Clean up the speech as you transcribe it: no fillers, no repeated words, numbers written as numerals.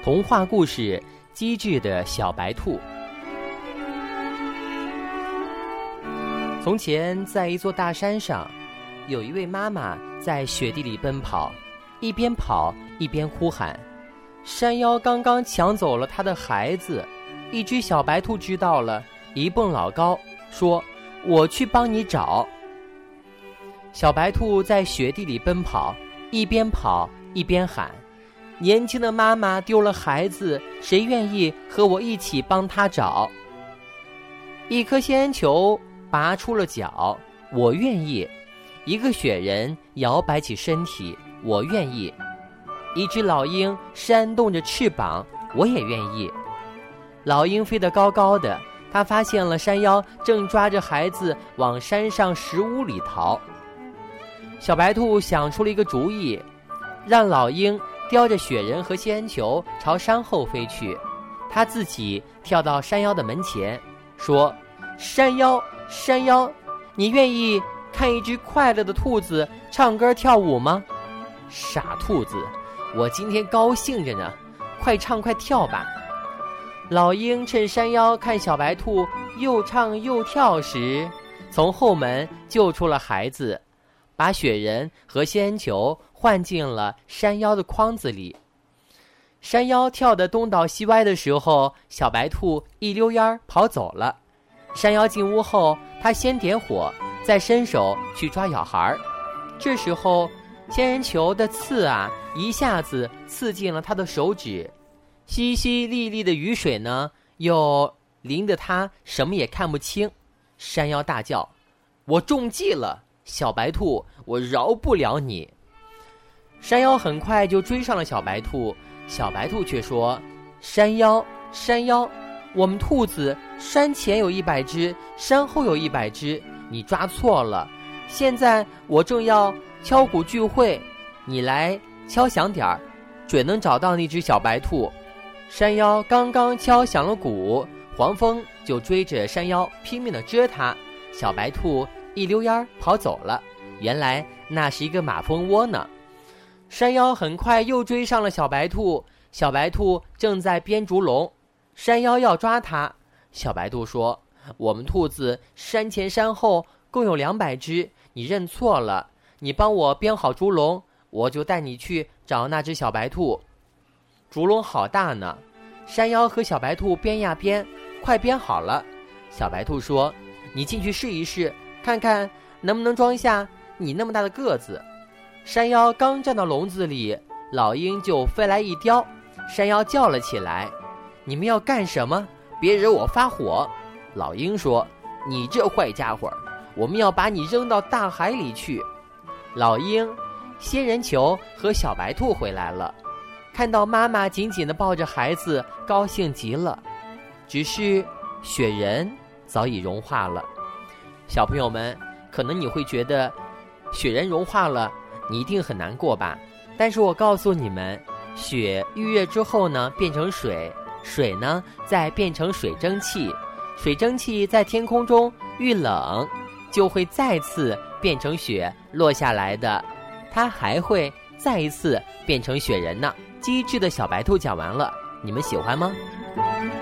童话故事《机智的小白兔》。从前，在一座大山上，有一位妈妈在雪地里奔跑，一边跑一边呼喊：山妖刚刚抢走了她的孩子。一只小白兔知道了，一蹦老高，说：我去帮你找。小白兔在雪地里奔跑，一边跑一边喊：年轻的妈妈丢了孩子，谁愿意和我一起帮她找？一颗仙球拔出了脚，我愿意；一个雪人摇摆起身体，我愿意；一只老鹰扇动着翅膀，我也愿意。老鹰飞得高高的，它发现了山妖正抓着孩子往山上石屋里逃。小白兔想出了一个主意，让老鹰叼着雪人和仙球朝山后飞去，他自己跳到山妖的门前，说：山妖，山妖，你愿意看一只快乐的兔子唱歌跳舞吗？傻兔子，我今天高兴着呢，快唱快跳吧。老鹰趁山妖看小白兔又唱又跳时，从后门救出了孩子，把雪人和仙球换进了山妖的筐子里。山妖跳得东倒西歪的时候，小白兔一溜烟跑走了。山妖进屋后，他先点火，再伸手去抓小孩。这时候仙人球的刺一下子刺进了他的手指，淅淅沥沥的雨水呢，又淋得他什么也看不清。山妖大叫：我中计了，小白兔，我饶不了你。山妖很快就追上了小白兔，小白兔却说：山妖，山妖，我们兔子山前有100只，山后有100只，你抓错了。现在我正要敲鼓聚会，你来敲响点儿，准能找到那只小白兔。山妖刚刚敲响了鼓，黄蜂就追着山妖拼命地蛰它，小白兔一溜烟跑走了。原来那是一个马蜂窝呢。山妖很快又追上了小白兔，小白兔正在编竹笼，山妖要抓它。小白兔说：我们兔子山前山后共有200只，你认错了，你帮我编好竹笼，我就带你去找那只小白兔。竹笼好大呢，山妖和小白兔编呀编，快编好了。小白兔说：你进去试一试，看看能不能装下你那么大的个子。山妖刚站到笼子里，老鹰就飞来一叼，山妖叫了起来：你们要干什么？别惹我发火。老鹰说：你这坏家伙，我们要把你扔到大海里去。老鹰、仙人球和小白兔回来了，看到妈妈紧紧地抱着孩子，高兴极了。只是雪人早已融化了。小朋友们，可能你会觉得雪人融化了，你一定很难过吧？但是我告诉你们，雪遇热之后呢，变成水，水呢再变成水蒸气，水蒸气在天空中遇冷，就会再次变成雪落下来的，它还会再一次变成雪人呢。机智的小白兔讲完了，你们喜欢吗？